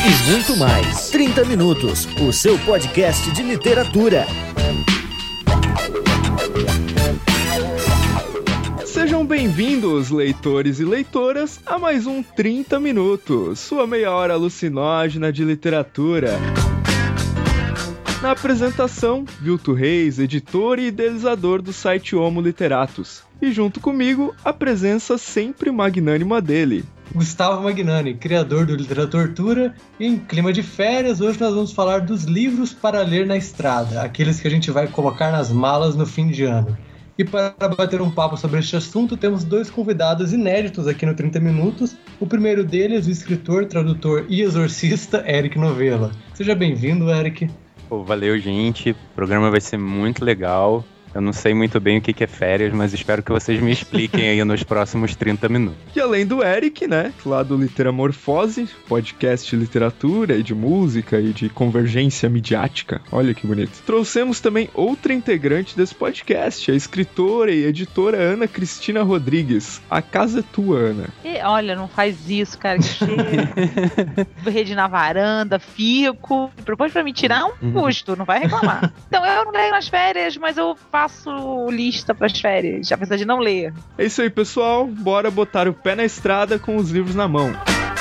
e muito mais. 30 Minutos, o seu podcast de literatura. Sejam bem-vindos, leitores e leitoras, a mais um 30 Minutos, sua meia hora alucinógena de literatura. Na apresentação, Vilto Reis, editor e idealizador do site Homo Literatus. E junto comigo, a presença sempre magnânima dele, Gustavo Magnani, criador do Literatura, e em clima de férias, hoje nós vamos falar dos livros para ler na estrada, aqueles que a gente vai colocar nas malas no fim de ano. E para bater um papo sobre este assunto, temos dois convidados inéditos aqui no 30 Minutos. O primeiro deles, o escritor, tradutor e exorcista, Eric Novella. Seja bem-vindo, Eric. Valeu, gente. O programa vai ser muito legal. Eu não sei muito bem o que é férias, mas espero que vocês me expliquem aí nos próximos 30 minutos. E além do Eric, né, lá do Literamorfose, podcast de literatura e de música e de convergência midiática, olha que bonito. Trouxemos também outra integrante desse podcast, a escritora e editora Ana Cristina Rodrigues. A casa é tua, Ana. E, olha, não faz isso, cara, que cheiro. Rede na varanda, fico. Propôs pra me tirar um custo, não vai reclamar. Então, eu não leio nas férias, mas eu faço lista pras férias, apesar de não ler. É isso aí, pessoal. Bora botar o pé na estrada com os livros na mão.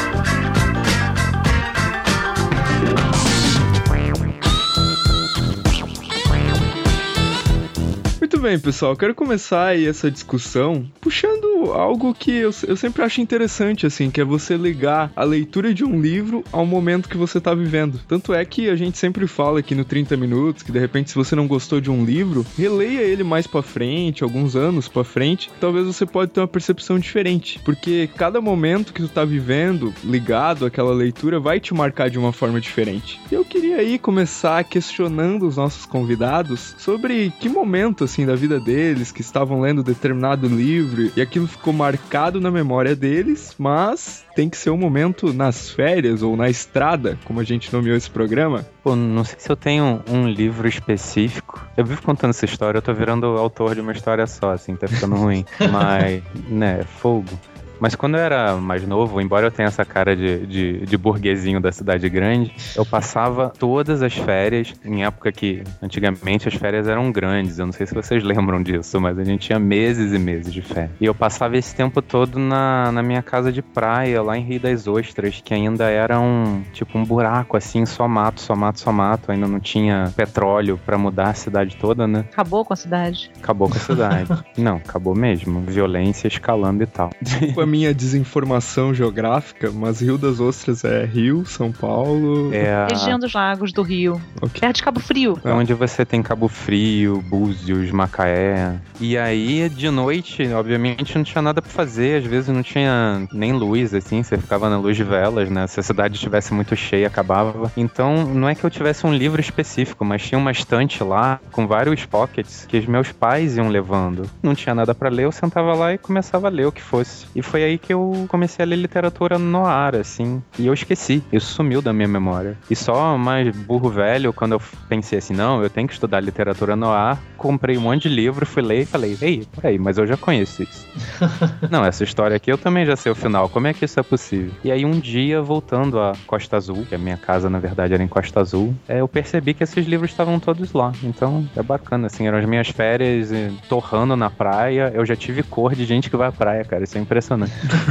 Muito bem, pessoal, quero começar aí essa discussão puxando algo que eu sempre acho interessante, assim, que é você ligar a leitura de um livro ao momento que você tá vivendo. Tanto é que a gente sempre fala aqui no 30 Minutos que, de repente, se você não gostou de um livro, releia ele mais pra frente, alguns anos pra frente, talvez você pode ter uma percepção diferente, porque cada momento que tu tá vivendo, ligado àquela leitura, vai te marcar de uma forma diferente. E eu queria aí começar questionando os nossos convidados sobre que momento, assim, da vida deles, que estavam lendo determinado livro e aquilo ficou marcado na memória deles, mas tem que ser um momento nas férias ou na estrada, como a gente nomeou esse programa. Pô, não sei se eu tenho um livro específico. Eu vivo contando essa história, eu tô virando autor de uma história só, assim, tá ficando ruim. Mas, né, fogo. Mas quando eu era mais novo, embora eu tenha essa cara de burguesinho da cidade grande, eu passava todas as férias, em época que antigamente as férias eram grandes, eu não sei se vocês lembram disso, mas a gente tinha meses e meses de férias. E eu passava esse tempo todo na minha casa de praia, lá em Rio das Ostras, que ainda era um buraco assim, só mato, ainda não tinha petróleo pra mudar a cidade toda, né? Acabou com a cidade. Acabou com a cidade. Não, acabou mesmo. Violência escalando e tal. A minha desinformação geográfica, mas Rio das Ostras é Rio, São Paulo... Região dos Lagos do Rio. Okay. Perto de Cabo Frio. É onde você tem Cabo Frio, Búzios, Macaé. E aí, de noite, obviamente, não tinha nada pra fazer. Às vezes não tinha nem luz, assim. Você ficava na luz de velas, né? Se a cidade estivesse muito cheia, acabava. Então, não é que eu tivesse um livro específico, mas tinha uma estante lá, com vários pockets, que os meus pais iam levando. Não tinha nada pra ler, eu sentava lá e começava a ler o que fosse. E foi aí que eu comecei a ler literatura no ar, assim. E eu esqueci. Isso sumiu da minha memória. E só mais burro velho, quando eu pensei assim, não, eu tenho que estudar literatura no ar, comprei um monte de livro, fui ler e falei, ei, peraí, mas eu já conheço isso. Não, essa história aqui eu também já sei o final. Como é que isso é possível? E aí um dia, voltando a Costa Azul, que a minha casa, na verdade, era em Costa Azul, eu percebi que esses livros estavam todos lá. Então, é bacana, assim, eram as minhas férias torrando na praia. Eu já tive cor de gente que vai à praia, cara. Isso é impressionante.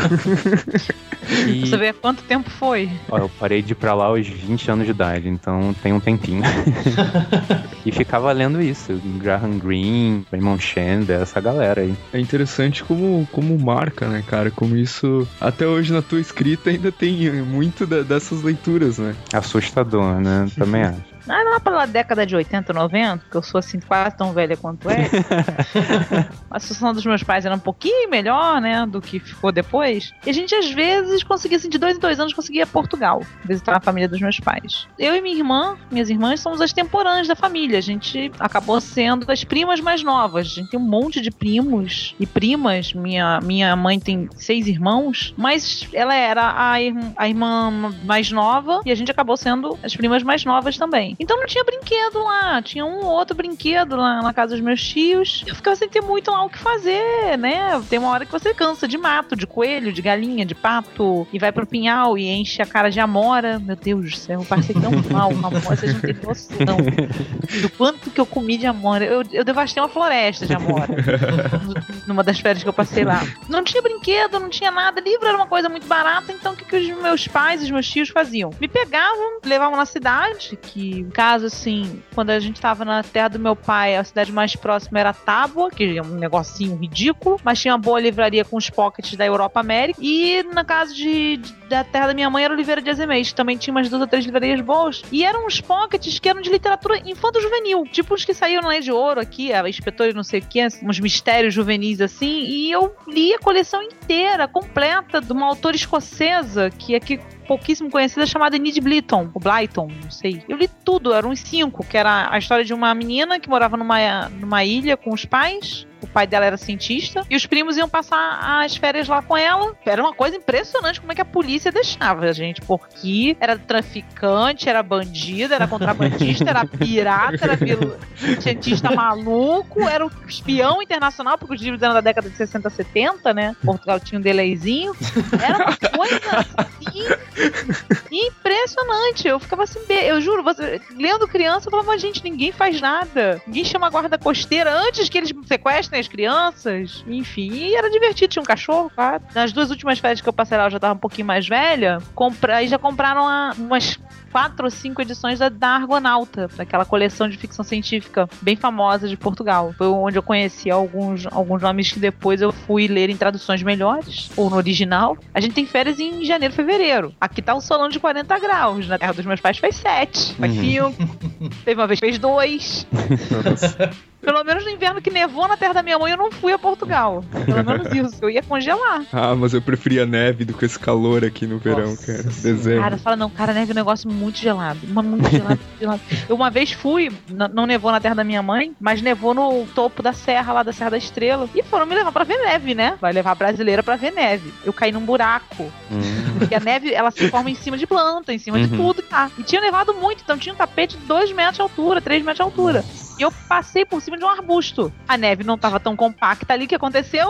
Você vê há quanto tempo foi? Ó, eu parei de ir pra lá aos 20 anos de idade, então tem um tempinho. E ficava lendo isso, Graham Greene, Raymond Chandler, essa galera aí. É interessante como marca, né, cara? Como isso, até hoje na tua escrita ainda tem muito dessas leituras, né? Assustador, né? Também acho. Lá pela década de 80, 90, que eu sou assim quase tão velha quanto é. A situação dos meus pais era um pouquinho melhor, né, do que ficou depois. E a gente às vezes conseguia, assim, de 2 em 2 anos, conseguia ir a Portugal, visitar a família dos meus pais. Eu e minhas irmãs, somos as temporãs da família. A gente acabou sendo as primas mais novas. A gente tem um monte de primos e primas. Minha mãe tem 6 irmãos, mas ela era a irmã mais nova e a gente acabou sendo as primas mais novas também. também. Então não tinha brinquedo lá, tinha um ou outro brinquedo lá na casa dos meus tios. Eu ficava sem ter muito lá o que fazer, né? Tem uma hora que você cansa de mato, de coelho, de galinha, de pato, e vai pro pinhal e enche a cara de amora. Meu Deus do céu, eu passei tão mal com amora, vocês não têm noção do quanto que eu comi de amora. Eu devastei uma floresta de amora numa das férias que eu passei lá. Não tinha brinquedo, não tinha nada, livro era uma coisa muito barata, então o que os meus pais e os meus tios faziam? Me pegavam, levavam na cidade, que em caso assim, quando a gente tava na terra do meu pai, a cidade mais próxima era Tábua, que é um negocinho ridículo, mas tinha uma boa livraria com os pockets da Europa América, e na casa da terra da minha mãe era Oliveira de Azeméis, também tinha umas 2 ou 3 livrarias boas, e eram uns pockets que eram de literatura infanto-juvenil, tipo os que saíram na Lei de Ouro aqui, a Inspetor e não sei o que, uns mistérios juvenis assim, e eu li a coleção inteira, completa, de uma autora escocesa, que aqui pouquíssimo conhecida, chamada Enid Blyton, ou Blyton, não sei. Eu li tudo, eram uns 5, que era a história de uma menina que morava numa ilha com os pais. O pai dela era cientista e os primos iam passar as férias lá com ela. Era uma coisa impressionante como é que a polícia deixava a gente, porque era traficante, era bandido, era contrabandista, era pirata, era cientista maluco, era o espião internacional, porque os livros eram da década de 60, 70, né? Portugal tinha um delayzinho. Era uma coisa assim impressionante. Eu ficava assim, eu juro, lendo criança, eu falava, gente, ninguém faz nada. Ninguém chama a guarda costeira antes que eles sequestrem as crianças. Enfim, e era divertido, tinha um cachorro, claro. Nas 2 últimas férias que eu passei lá, eu já tava um pouquinho mais velha, aí já compraram umas 4 ou 5 edições da Argonauta, daquela coleção de ficção científica bem famosa de Portugal. Foi onde eu conheci alguns nomes que depois eu fui ler em traduções melhores, ou no original. A gente tem férias em janeiro, fevereiro. Aqui tá um solão de 40 graus. Na terra dos meus pais faz 7, faz 5. Teve uma vez fez 2. Pelo menos no inverno que nevou na terra da minha mãe, eu não fui a Portugal. Pelo menos isso. Eu ia congelar. Ah, mas eu preferia neve do que esse calor aqui no verão, cara. Dezembro. Cara, fala, não, cara, neve é um negócio muito gelado. Muito gelado, muito gelado. Eu uma vez fui, não nevou na terra da minha mãe, mas nevou no topo da serra, lá da Serra da Estrela. E foram me levar pra ver neve, né? Vai levar a brasileira pra ver neve. Eu caí num buraco. Porque a neve, ela se forma em cima de planta, em cima de tudo, tá? E tinha nevado muito, então tinha um tapete de 2 metros de altura, 3 metros de altura. E eu passei por cima de um arbusto. A neve não tava tão compacta ali. O que aconteceu?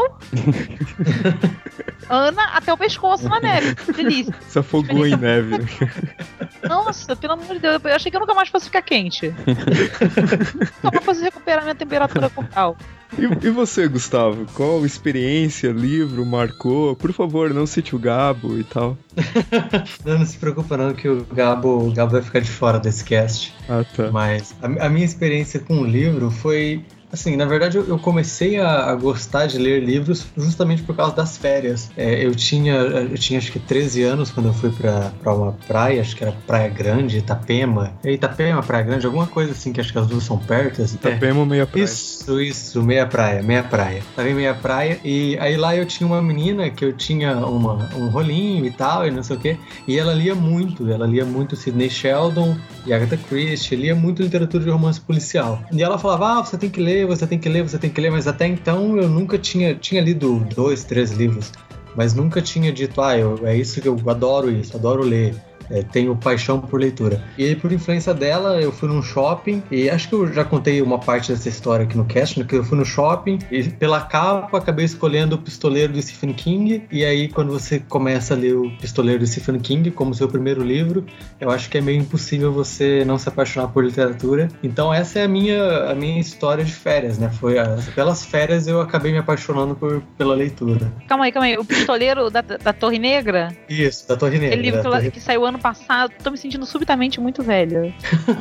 Ana até o pescoço na neve. Delícia. Se afogou em neve. Nossa, pelo amor de Deus. Eu achei que eu nunca mais fosse ficar quente. Só pra fazer recuperar minha temperatura corporal. E você, Gustavo? Qual experiência, livro marcou? Por favor, não cite o Gabo e tal. Não se preocupa não, que o Gabo vai ficar de fora desse cast. Ah, tá. Mas a minha experiência com o livro foi... Assim, na verdade, eu comecei a gostar de ler livros justamente por causa das férias. Eu tinha acho que 13 anos quando eu fui pra uma praia, acho que era Praia Grande, Itapema. Itapema, Praia Grande, alguma coisa assim, que acho que as duas são perto. Itapema ou Meia Praia? Isso, Meia Praia. Tava em Meia Praia, e aí lá eu tinha uma menina que eu tinha um rolinho e tal, e não sei o quê, e ela lia muito Sidney Sheldon e Agatha Christie, lia muito literatura de romance policial. E ela falava, você tem que ler, mas até então eu nunca tinha lido 2, 3 livros, mas nunca tinha dito, é isso que eu adoro ler. Tenho paixão por leitura. E aí, por influência dela, eu fui num shopping, e acho que eu já contei uma parte dessa história aqui no cast, né, que eu fui no shopping e pela capa acabei escolhendo O Pistoleiro do Stephen King. E aí, quando você começa a ler O Pistoleiro do Stephen King como seu primeiro livro, eu acho que é meio impossível você não se apaixonar por literatura. Então essa é a minha história de férias, né? Pelas férias eu acabei me apaixonando pela leitura. Calma aí. O Pistoleiro da Torre Negra? Isso, da Torre Negra. Aquele livro que saiu ano passado. Tô me sentindo subitamente muito velha.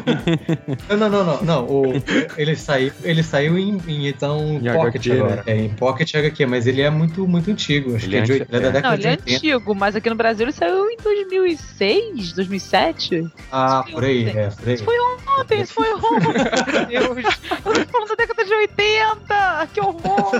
Não. Ele saiu em Pocket HQ, agora. né? Em Pocket HQ, mas ele é muito, muito antigo. Acho que ele é da década de 80. Ele é antigo, mas aqui no Brasil ele saiu em 2006, 2007. Por aí. Isso foi ontem. Meu Deus. Eu tô falando da década de 80. Que horror.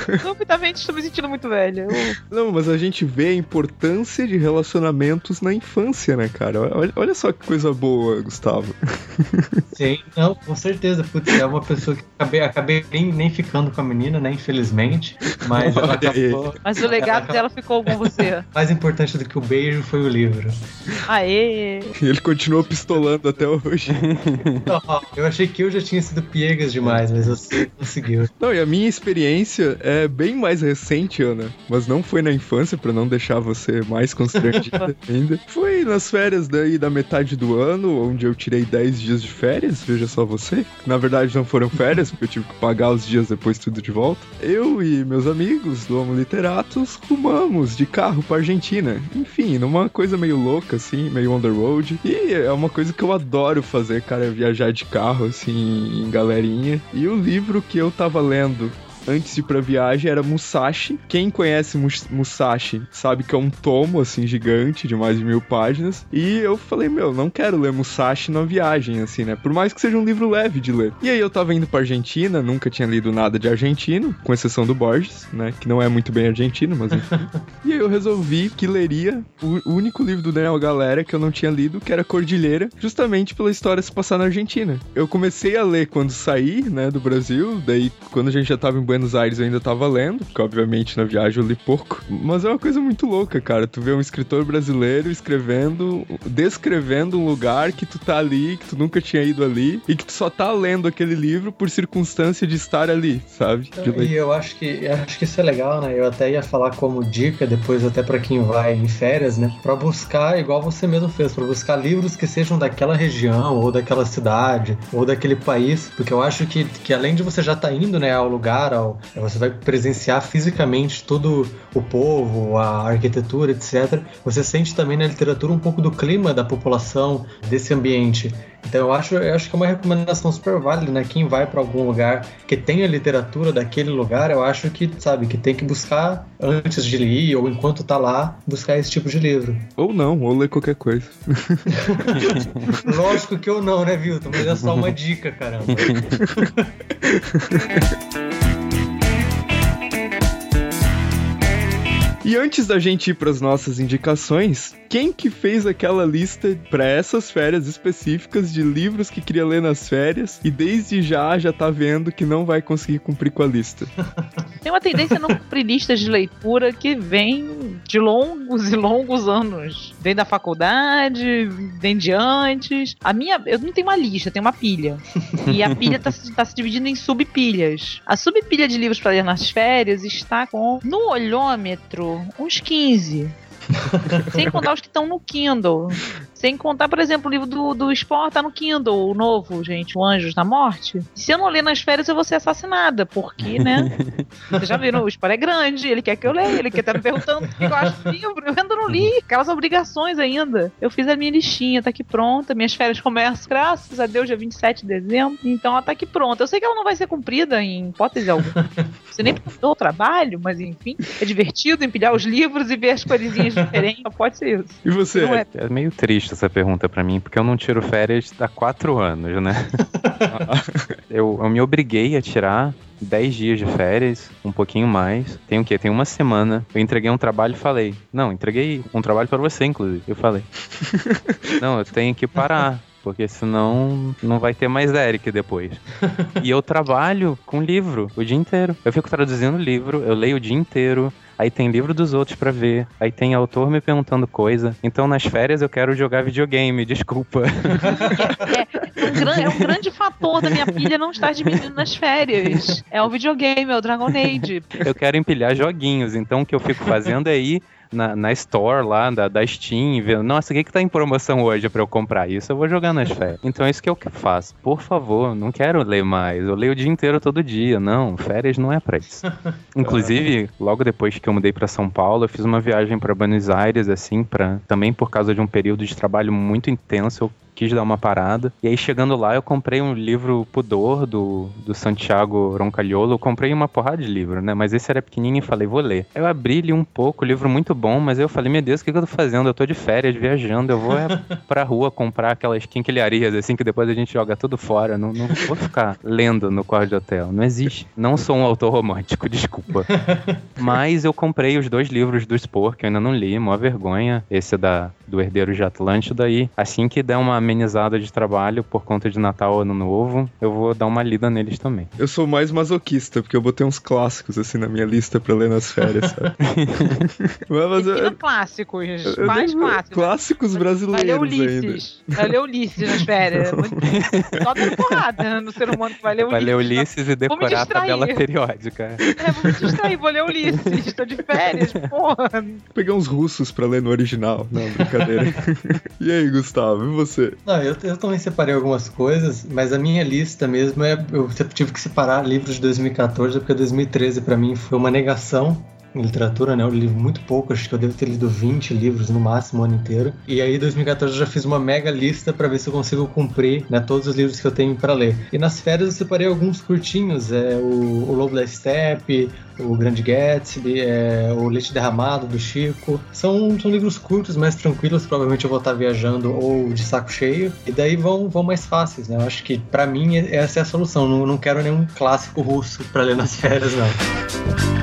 Subitamente estou me sentindo muito velha. Não, mas a gente vê a importância de relacionamentos na infância. infância, né, cara? Olha só que coisa boa, Gustavo. Sim, não, com certeza. Putz, é uma pessoa que acabei nem ficando com a menina, né, infelizmente. Mas ela acabou... Mas o legado dela ficou com você. Mais importante do que o beijo foi o livro. Aê! E ele continuou pistolando até hoje. Não, eu achei que eu já tinha sido piegas demais, mas você conseguiu. Não, e a minha experiência é bem mais recente, Ana, mas não foi na infância, pra não deixar você mais constrangida ainda. Foi nas férias daí da metade do ano, onde eu tirei 10 dias de férias, veja só você. Na verdade não foram férias, porque eu tive que pagar os dias depois tudo de volta. Eu e meus amigos do Homo Literatus rumamos de carro pra Argentina. Enfim, numa coisa meio louca, assim, meio on the road. E é uma coisa que eu adoro fazer, cara, viajar de carro, assim, em galerinha. E o livro que eu tava lendo antes de ir pra viagem era Musashi. Quem conhece Musashi sabe que é um tomo, assim, gigante, de mais de 1000 páginas. E eu falei, não quero ler Musashi na viagem, assim, né? Por mais que seja um livro leve de ler. E aí eu tava indo pra Argentina, nunca tinha lido nada de argentino, com exceção do Borges, né? Que não é muito bem argentino, mas enfim. E aí eu resolvi que leria o único livro do Daniel Galera que eu não tinha lido, que era Cordilheira, justamente pela história se passar na Argentina. Eu comecei a ler quando saí, né, do Brasil, daí quando a gente já tava em Buenos Aires eu ainda tava lendo, porque obviamente na viagem eu li pouco, mas é uma coisa muito louca, cara, tu vê um escritor brasileiro descrevendo um lugar que tu tá ali, que tu nunca tinha ido ali, e que tu só tá lendo aquele livro por circunstância de estar ali, sabe? E eu acho que isso é legal, né, eu até ia falar como dica, depois até pra quem vai em férias, né, pra buscar, igual você mesmo fez, pra buscar livros que sejam daquela região, ou daquela cidade, ou daquele país, porque eu acho que além de você já tá indo, né, ao lugar, você vai presenciar fisicamente todo o povo, a arquitetura, etc. Você sente também na literatura um pouco do clima da população, desse ambiente. Então eu acho que é uma recomendação super válida, né? Quem vai para algum lugar que tenha literatura daquele lugar, eu acho que, sabe, que tem que buscar antes de ir, ou enquanto tá lá, buscar esse tipo de livro. Ou não, ou ler qualquer coisa. Lógico que eu não, né, Vilton? Mas é só uma dica, caramba. E antes da gente ir para as nossas indicações, quem que fez aquela lista para essas férias específicas de livros que queria ler nas férias e desde já tá vendo que não vai conseguir cumprir com a lista? Tem uma tendência a não cumprir listas de leitura que vem de longos e longos anos. Vem da faculdade, vem de antes. Eu não tenho uma lista, eu tenho uma pilha. E a pilha tá se dividindo em subpilhas. A subpilha de livros para ler nas férias está com, no olhômetro, uns 15. Sem contar os que estão no Kindle. Sem contar, por exemplo, o livro do Sport tá no Kindle, o novo, gente, o Anjos da Morte. Se eu não ler nas férias, eu vou ser assassinada, porque, né? Vocês já viram, o Sport é grande, ele quer que eu leia, ele quer estar me perguntando o que eu acho do livro. Eu ainda não li, aquelas obrigações ainda. Eu fiz a minha listinha, tá aqui pronta, minhas férias começam, graças a Deus, dia 27 de dezembro, então ela tá aqui pronta. Eu sei que ela não vai ser cumprida em hipótese alguma. Você nem perguntou o trabalho, mas enfim, é divertido empilhar os livros e ver as coisinhas diferentes, só pode ser isso. E você? É meio triste essa pergunta pra mim, porque eu não tiro férias há 4 anos, né? eu me obriguei a tirar 10 dias de férias, um pouquinho mais. Tem o quê? Tem uma semana. Eu entreguei um trabalho e falei, não, entreguei um trabalho pra você, inclusive. Eu falei, não, eu tenho que parar, porque senão não vai ter mais Eric depois. E eu trabalho com livro o dia inteiro. Eu fico traduzindo livro, eu leio o dia inteiro. Aí tem livro dos outros pra ver. Aí tem autor me perguntando coisa. Então nas férias eu quero jogar videogame, desculpa. É um grande fator da minha pilha não estar diminuindo nas férias. É o videogame, é o Dragon Age. Eu quero empilhar joguinhos. Então o que eu fico fazendo é ir na store lá da Steam, vendo, nossa, o que tá em promoção hoje pra eu comprar isso? Eu vou jogar nas férias. Então é isso que eu faço. Por favor, não quero ler mais. Eu leio o dia inteiro todo dia. Não, férias não é pra isso. Inclusive, logo depois que eu mudei pra São Paulo, eu fiz uma viagem pra Buenos Aires, assim, também por causa de um período de trabalho muito intenso. Eu quis dar uma parada. E aí, chegando lá, eu comprei um livro Pudor, do Santiago Roncalholo. Eu comprei uma porrada de livro, né? Mas esse era pequenininho e falei, vou ler. Eu abri, li um pouco, o livro muito bom, mas eu falei, meu Deus, o que eu tô fazendo? Eu tô de férias, viajando, eu vou pra rua comprar aquelas quinquilharias, assim, que depois a gente joga tudo fora. Não vou ficar lendo no quarto de hotel. Não existe. Não sou um autor romântico, desculpa. Mas eu comprei os 2 livros do Spor, que eu ainda não li, maior vergonha. Esse do Herdeiro de Atlântida, e assim que der uma amenizada de trabalho por conta de Natal ou Ano Novo, eu vou dar uma lida neles também. Eu sou mais masoquista, porque eu botei uns clássicos assim na minha lista pra ler nas férias, sabe? Clássicos, mais clássicos. Clássicos brasileiros ainda. Vai ler Ulisses nas férias. Só dando porrada no ser humano que vai ler Ulisses. Vai ler Ulisses e decorar a tabela periódica. Vou me distrair, vou ler Ulisses. Tô de férias, porra. Peguei uns russos pra ler no original. Não, brincadeira. E aí, Gustavo, e você? Não, eu também separei algumas coisas, mas a minha lista mesmo eu tive que separar livros de 2014, porque 2013 pra mim foi uma negação em literatura, né? Eu li muito pouco, acho que eu devo ter lido 20 livros no máximo o ano inteiro. E aí, em 2014, eu já fiz uma mega lista pra ver se eu consigo cumprir, né, todos os livros que eu tenho pra ler. E nas férias eu separei alguns curtinhos, o Lobo da Steppe, o Grande Gatsby, o Leite Derramado, do Chico. São livros curtos, mais tranquilos, provavelmente eu vou estar viajando ou de saco cheio, e daí vão mais fáceis, né? Eu acho que, pra mim, essa é a solução. Não quero nenhum clássico russo pra ler nas férias, não.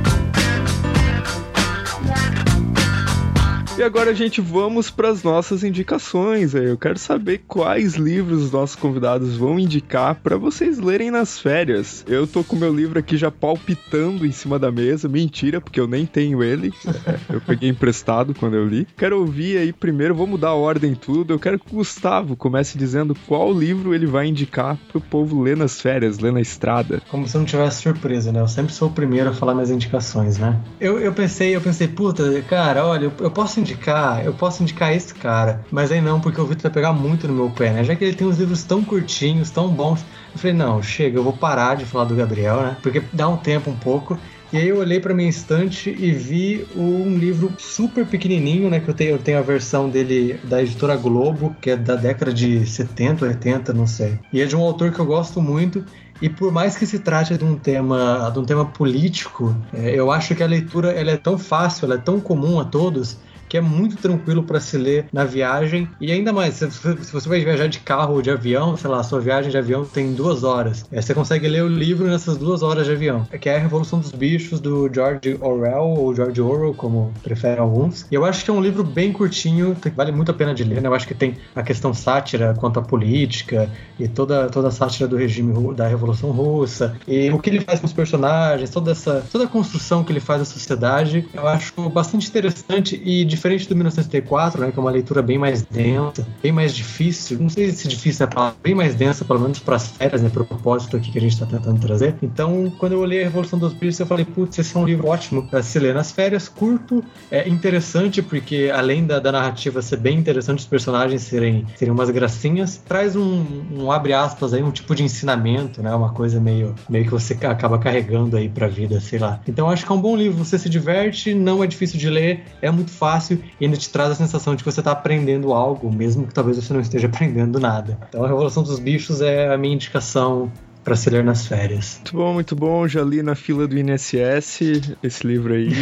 E agora, gente, vamos para as nossas indicações. Eu quero saber quais livros os nossos convidados vão indicar para vocês lerem nas férias. Eu tô com meu livro aqui já palpitando em cima da mesa. Mentira, porque eu nem tenho ele. Eu peguei emprestado quando eu li. Quero ouvir aí primeiro, vou mudar a ordem tudo. Eu quero que o Gustavo comece dizendo qual livro ele vai indicar pro povo ler nas férias, ler na estrada. Como se eu não tivesse surpresa, né? Eu sempre sou o primeiro a falar minhas indicações, né? Eu pensei, puta, cara, olha, eu posso indicar esse cara, mas aí não, porque o Vitor vai pegar muito no meu pé, né? Já que ele tem uns livros tão curtinhos, tão bons, eu falei, não, chega, eu vou parar de falar do Gabriel, né? Porque dá um tempo um pouco. E aí eu olhei pra minha estante e vi um livro super pequenininho, né? Que eu tenho a versão dele da editora Globo, que é da década de 70, 80, não sei. E é de um autor que eu gosto muito. E por mais que se trate de um tema político, eu acho que a leitura ela é tão fácil, ela é tão comum a todos, que é muito tranquilo para se ler na viagem. E ainda mais, se você vai viajar de carro ou de avião, sei lá, a sua viagem de avião tem 2 horas. Você consegue ler o livro nessas 2 horas de avião, que é A Revolução dos Bichos, do George Orwell, ou George Orwell, como preferem alguns. E eu acho que é um livro bem curtinho, que vale muito a pena de ler, né? Eu acho que tem a questão sátira quanto à política, e toda a sátira do regime da Revolução Russa, e o que ele faz com os personagens, toda a construção que ele faz da sociedade, eu acho bastante interessante e diferente do 1984, né, que é uma leitura bem mais densa, bem mais difícil, não sei se difícil é a palavra, bem mais densa, pelo menos para as férias, né, pro propósito aqui que a gente está tentando trazer. Então, quando eu olhei A Revolução dos Bichos, eu falei, putz, esse é um livro ótimo para se ler nas férias, curto, interessante, porque além da narrativa ser bem interessante, os personagens serem umas gracinhas, traz um abre aspas aí, um tipo de ensinamento, né, uma coisa meio que você acaba carregando aí pra vida, sei lá. Então, acho que é um bom livro, você se diverte, não é difícil de ler, é muito fácil e ainda te traz a sensação de que você está aprendendo algo, mesmo que talvez você não esteja aprendendo nada. Então A Revolução dos Bichos é a minha indicação para se ler nas férias. Muito bom. Já li na fila do INSS esse livro aí.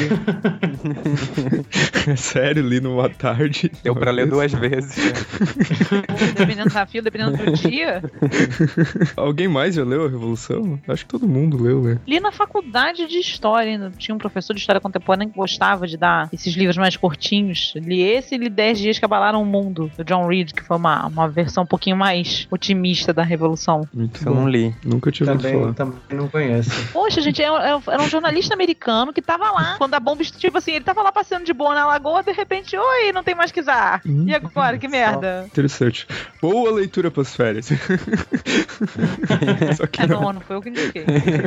Sério, li numa tarde. Deu pra ler 2 vezes. Dependendo da fila, dependendo do dia. Alguém mais já leu A Revolução? Acho que todo mundo leu, né? Li na faculdade de História ainda. Tinha um professor de História Contemporânea que gostava de dar esses livros mais curtinhos. Li esse e li 10 Dias que Abalaram o Mundo, do John Reed, que foi uma versão um pouquinho mais otimista da Revolução. Muito Eu bom. não li. Nunca tinha ouvido falar. Também não conheço. Poxa, gente, era um jornalista americano que tava lá, quando a bomba, tipo assim, ele tava lá passeando de boa na lagoa, de repente, oi, não tem mais que usar. E agora, que merda? Interessante. Boa leitura pras férias. Só que não foi eu que indiquei.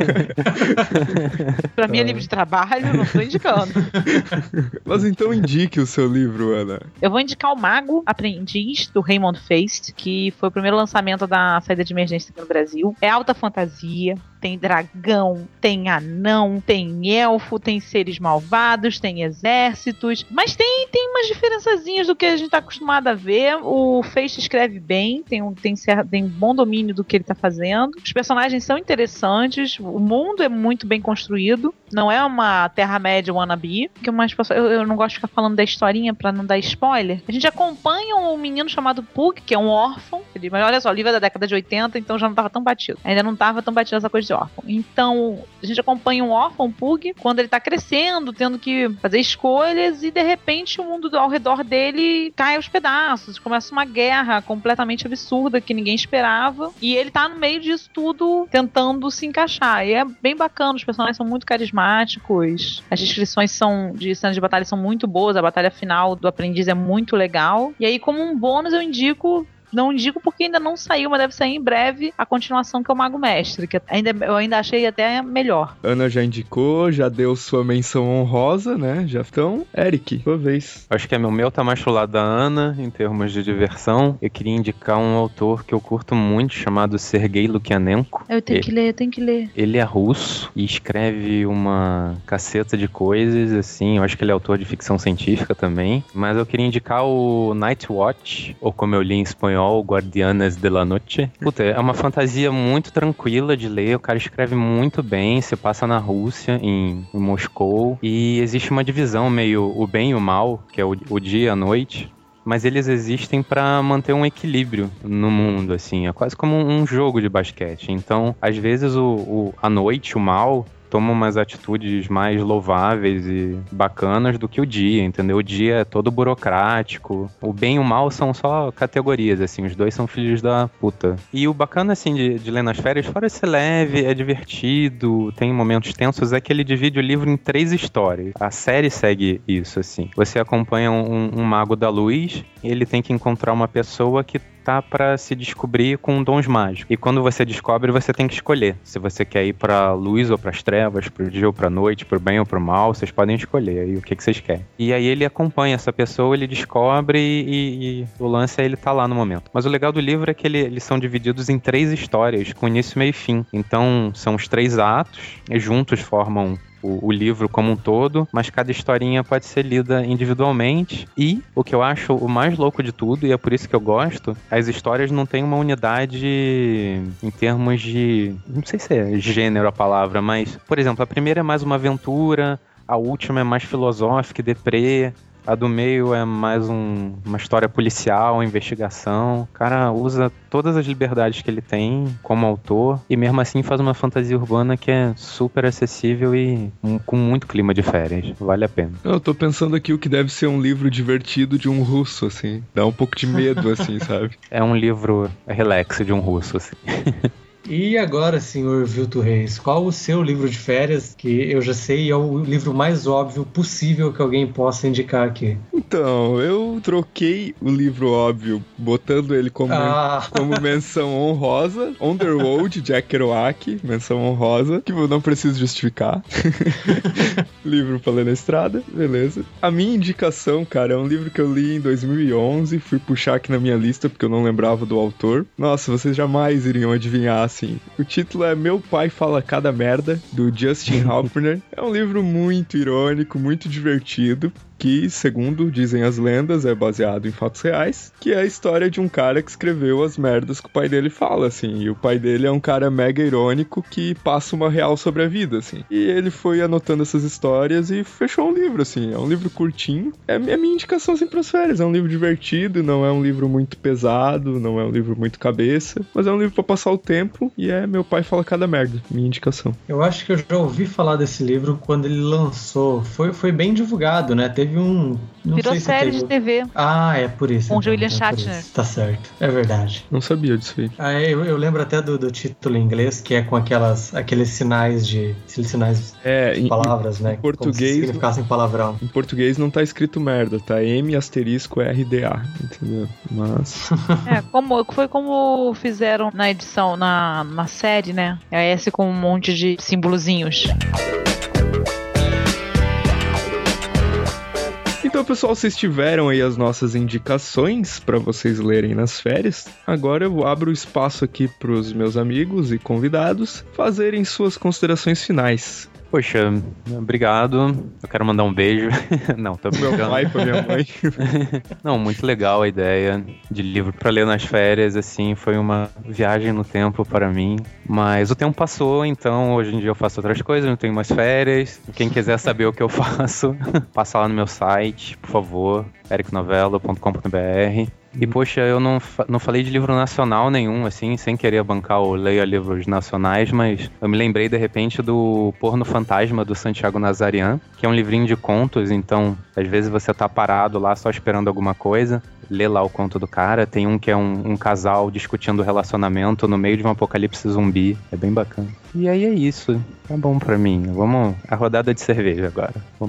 Pra mim é livro de trabalho, não tô indicando. Mas então indique o seu livro, Ana. Eu vou indicar o Mago Aprendiz, do Raymond Feist, que foi o primeiro lançamento da saída de emergência aqui no Brasil. É alta fantasia, tem dragão, tem anão, tem elfo, tem seres malvados, tem exércitos, mas tem umas diferençazinhas do que a gente tá acostumado a ver. O Feist escreve bem, tem um bom domínio do que ele tá fazendo. Os personagens são interessantes, o mundo é muito bem construído, não é uma Terra-média wannabe, que eu não gosto de ficar falando da historinha pra não dar spoiler. A gente acompanha um menino chamado Pug, que é um órfão, mas olha só, o livro é da década de 80, então já não tava tão batido. Ainda não tava tão batido essa coisa de órfão. Então, a gente acompanha um órfão pug quando ele tá crescendo, tendo que fazer escolhas e de repente o mundo ao redor dele cai aos pedaços, começa uma guerra completamente absurda que ninguém esperava e ele tá no meio disso tudo tentando se encaixar. E é bem bacana, os personagens são muito carismáticos, as descrições de cenas de batalha são muito boas, a batalha final do aprendiz é muito legal. E aí, como um bônus, não indico porque ainda não saiu, mas deve sair em breve a continuação, que é o Mago Mestre, que eu ainda achei até melhor. Ana já indicou, já deu sua menção honrosa, né? Então, Eric, sua vez. Acho que o meu tá mais pro lado da Ana, em termos de diversão. Eu queria indicar um autor que eu curto muito, chamado Sergei Lukianenko. Eu tenho que ler. Ele é russo e escreve uma caceta de coisas, assim. Eu acho que ele é autor de ficção científica também. Mas eu queria indicar o Night Watch, ou como eu li em espanhol, Guardianes de la Noche. Puta, é uma fantasia muito tranquila de ler, o cara escreve muito bem, se passa na Rússia, em Moscou, e existe uma divisão meio o bem e o mal, que é o dia e a noite, mas eles existem para manter um equilíbrio no mundo, assim, é quase como um jogo de basquete. Então, às vezes a noite, o mal, toma umas atitudes mais louváveis e bacanas do que o dia, entendeu? O dia é todo burocrático. O bem e o mal são só categorias, assim. Os dois são filhos da puta. E o bacana, assim, de ler nas férias, fora ser leve, é divertido, tem momentos tensos, é que ele divide o livro em 3 histórias. A série segue isso, assim. Você acompanha um mago da luz, e ele tem que encontrar uma pessoa que tá pra se descobrir com dons mágicos. E quando você descobre, você tem que escolher. Se você quer ir pra luz ou pras trevas, pro dia ou pra noite, pro bem ou pro mal, vocês podem escolher aí o que vocês querem. E aí ele acompanha essa pessoa, ele descobre e o lance é ele tá lá no momento. Mas o legal do livro é que eles são divididos em 3 histórias, com início, meio e fim. Então, são os 3 atos, e juntos formam o livro como um todo, mas cada historinha pode ser lida individualmente. E o que eu acho o mais louco de tudo, e é por isso que eu gosto, as histórias não têm uma unidade em termos de... não sei se é gênero a palavra, mas, por exemplo, a primeira é mais uma aventura, a última é mais filosófica e deprê, a do meio é mais uma história policial, investigação. O cara usa todas as liberdades que ele tem como autor e mesmo assim faz uma fantasia urbana que é super acessível e com muito clima de férias. Vale a pena. Eu tô pensando aqui o que deve ser um livro divertido de um russo, assim. Dá um pouco de medo, assim, sabe? É um livro relax de um russo, assim. E agora, senhor Vilto Reis, qual o seu livro de férias, que eu já sei é o livro mais óbvio possível que alguém possa indicar aqui? Então, eu troquei o livro óbvio, botando ele como menção honrosa. Underworld, Jack Kerouac, menção honrosa, que eu não preciso justificar. Livro pra ler na estrada, beleza. A minha indicação, cara, é um livro que eu li em 2011, fui puxar aqui na minha lista porque eu não lembrava do autor. Nossa, vocês jamais iriam adivinhar, assim. O título é Meu Pai Fala Cada Merda, do Justin Halpner. É um livro muito irônico, muito divertido, que, segundo dizem as lendas, é baseado em fatos reais, que é a história de um cara que escreveu as merdas que o pai dele fala, assim, e o pai dele é um cara mega irônico que passa uma real sobre a vida, assim, e ele foi anotando essas histórias e fechou um livro, assim, é um livro curtinho, é a minha indicação, assim, pras férias, é um livro divertido, não é um livro muito pesado, não é um livro muito cabeça, mas é um livro pra passar o tempo, e é Meu Pai Fala Cada Merda, minha indicação. Eu acho que eu já ouvi falar desse livro quando ele lançou, foi bem divulgado, né, teve um... Virou série de TV. Ah, é por isso. Com o William Shatner. Tá certo, é verdade. Não sabia disso aí. Eu lembro até do título em inglês, que é com aqueles sinais de palavras, né? Em português, como se significassem palavrão. Em português não tá escrito merda, tá M*RDA, entendeu? Mas... foi como fizeram na edição, na série, né? É esse com um monte de símbolozinhos. Então, pessoal, vocês tiveram aí as nossas indicações para vocês lerem nas férias. Agora eu abro o espaço aqui para os meus amigos e convidados fazerem suas considerações finais. Poxa, obrigado. Eu quero mandar um beijo. Não, tô brincando. Meu pai pra minha mãe. Não, muito legal a ideia de livro pra ler nas férias, assim, foi uma viagem no tempo para mim. Mas o tempo passou, então hoje em dia eu faço outras coisas, não tenho mais férias. Quem quiser saber o que eu faço, passa lá no meu site, por favor, ericnovelo.com.br. E, poxa, eu não falei de livro nacional nenhum, assim, sem querer bancar ou leia livros nacionais, mas eu me lembrei, de repente, do Porno Fantasma, do Santiago Nazarian, que é um livrinho de contos, então, às vezes você tá parado lá só esperando alguma coisa, lê lá o conto do cara. Tem um que é um casal discutindo relacionamento no meio de um apocalipse zumbi, é bem bacana. E aí é isso, tá bom pra mim. Vamos a rodada de cerveja agora. Vamos.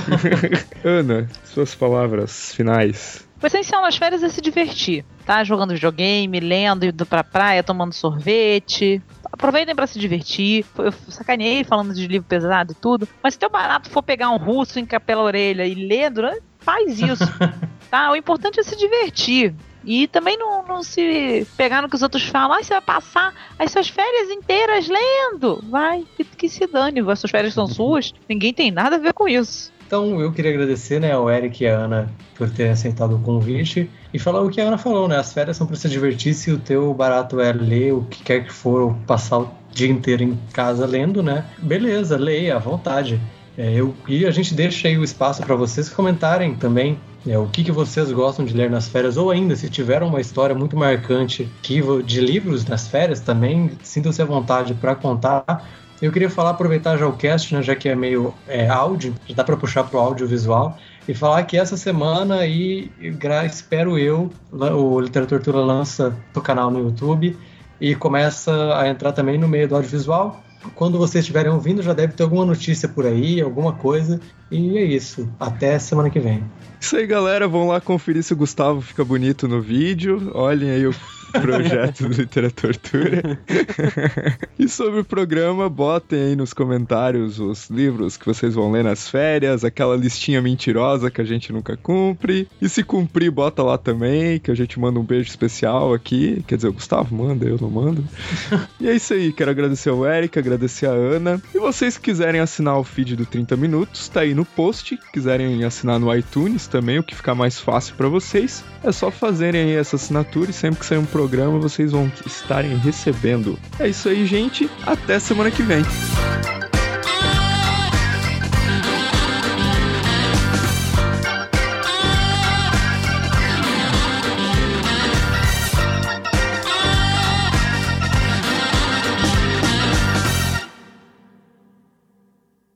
Ana, suas palavras finais. O essencial nas férias é se divertir, tá? Jogando videogame, lendo, indo pra praia, tomando sorvete. Aproveitem pra se divertir. Eu sacaneei falando de livro pesado e tudo, mas se teu barato for pegar um russo, encapelar pela orelha e ler, faz isso, tá? O importante é se divertir. E também não se pegar no que os outros falam. Você vai passar as suas férias inteiras lendo. Vai, que se dane. As suas férias são suas. Ninguém tem nada a ver com isso. Então eu queria agradecer, né, ao Eric e a Ana por terem aceitado o convite e falar o que a Ana falou, né? As férias são para se divertir. Se o teu barato é ler o que quer que for, ou passar o dia inteiro em casa lendo, né? Beleza, leia à vontade. E a gente deixa aí o espaço para vocês comentarem também o que vocês gostam de ler nas férias, ou ainda, se tiveram uma história muito marcante de livros nas férias também, sintam-se à vontade para contar. Eu queria aproveitar já o cast, né, já que é meio áudio, já dá para puxar pro audiovisual, e falar que essa semana aí, espero eu, o Literatura lança no canal no YouTube e começa a entrar também no meio do audiovisual. Quando vocês estiverem ouvindo, já deve ter alguma notícia por aí, alguma coisa. E é isso. Até semana que vem. Isso aí, galera. Vão lá conferir se o Gustavo fica bonito no vídeo. Olhem aí o projeto do Literatura. E sobre o programa, botem aí nos comentários os livros que vocês vão ler nas férias, aquela listinha mentirosa que a gente nunca cumpre. E se cumprir, bota lá também, que a gente manda um beijo especial aqui. Quer dizer, o Gustavo manda, eu não mando. E é isso aí. Quero agradecer ao Eric, agradecer a Ana. E vocês que quiserem assinar o feed do 30 Minutos, tá aí no post. Quiserem assinar no iTunes também, o que ficar mais fácil pra vocês, é só fazerem aí essa assinatura e sempre que sair um programa vocês vão estarem recebendo. É isso aí, gente. Até semana que vem.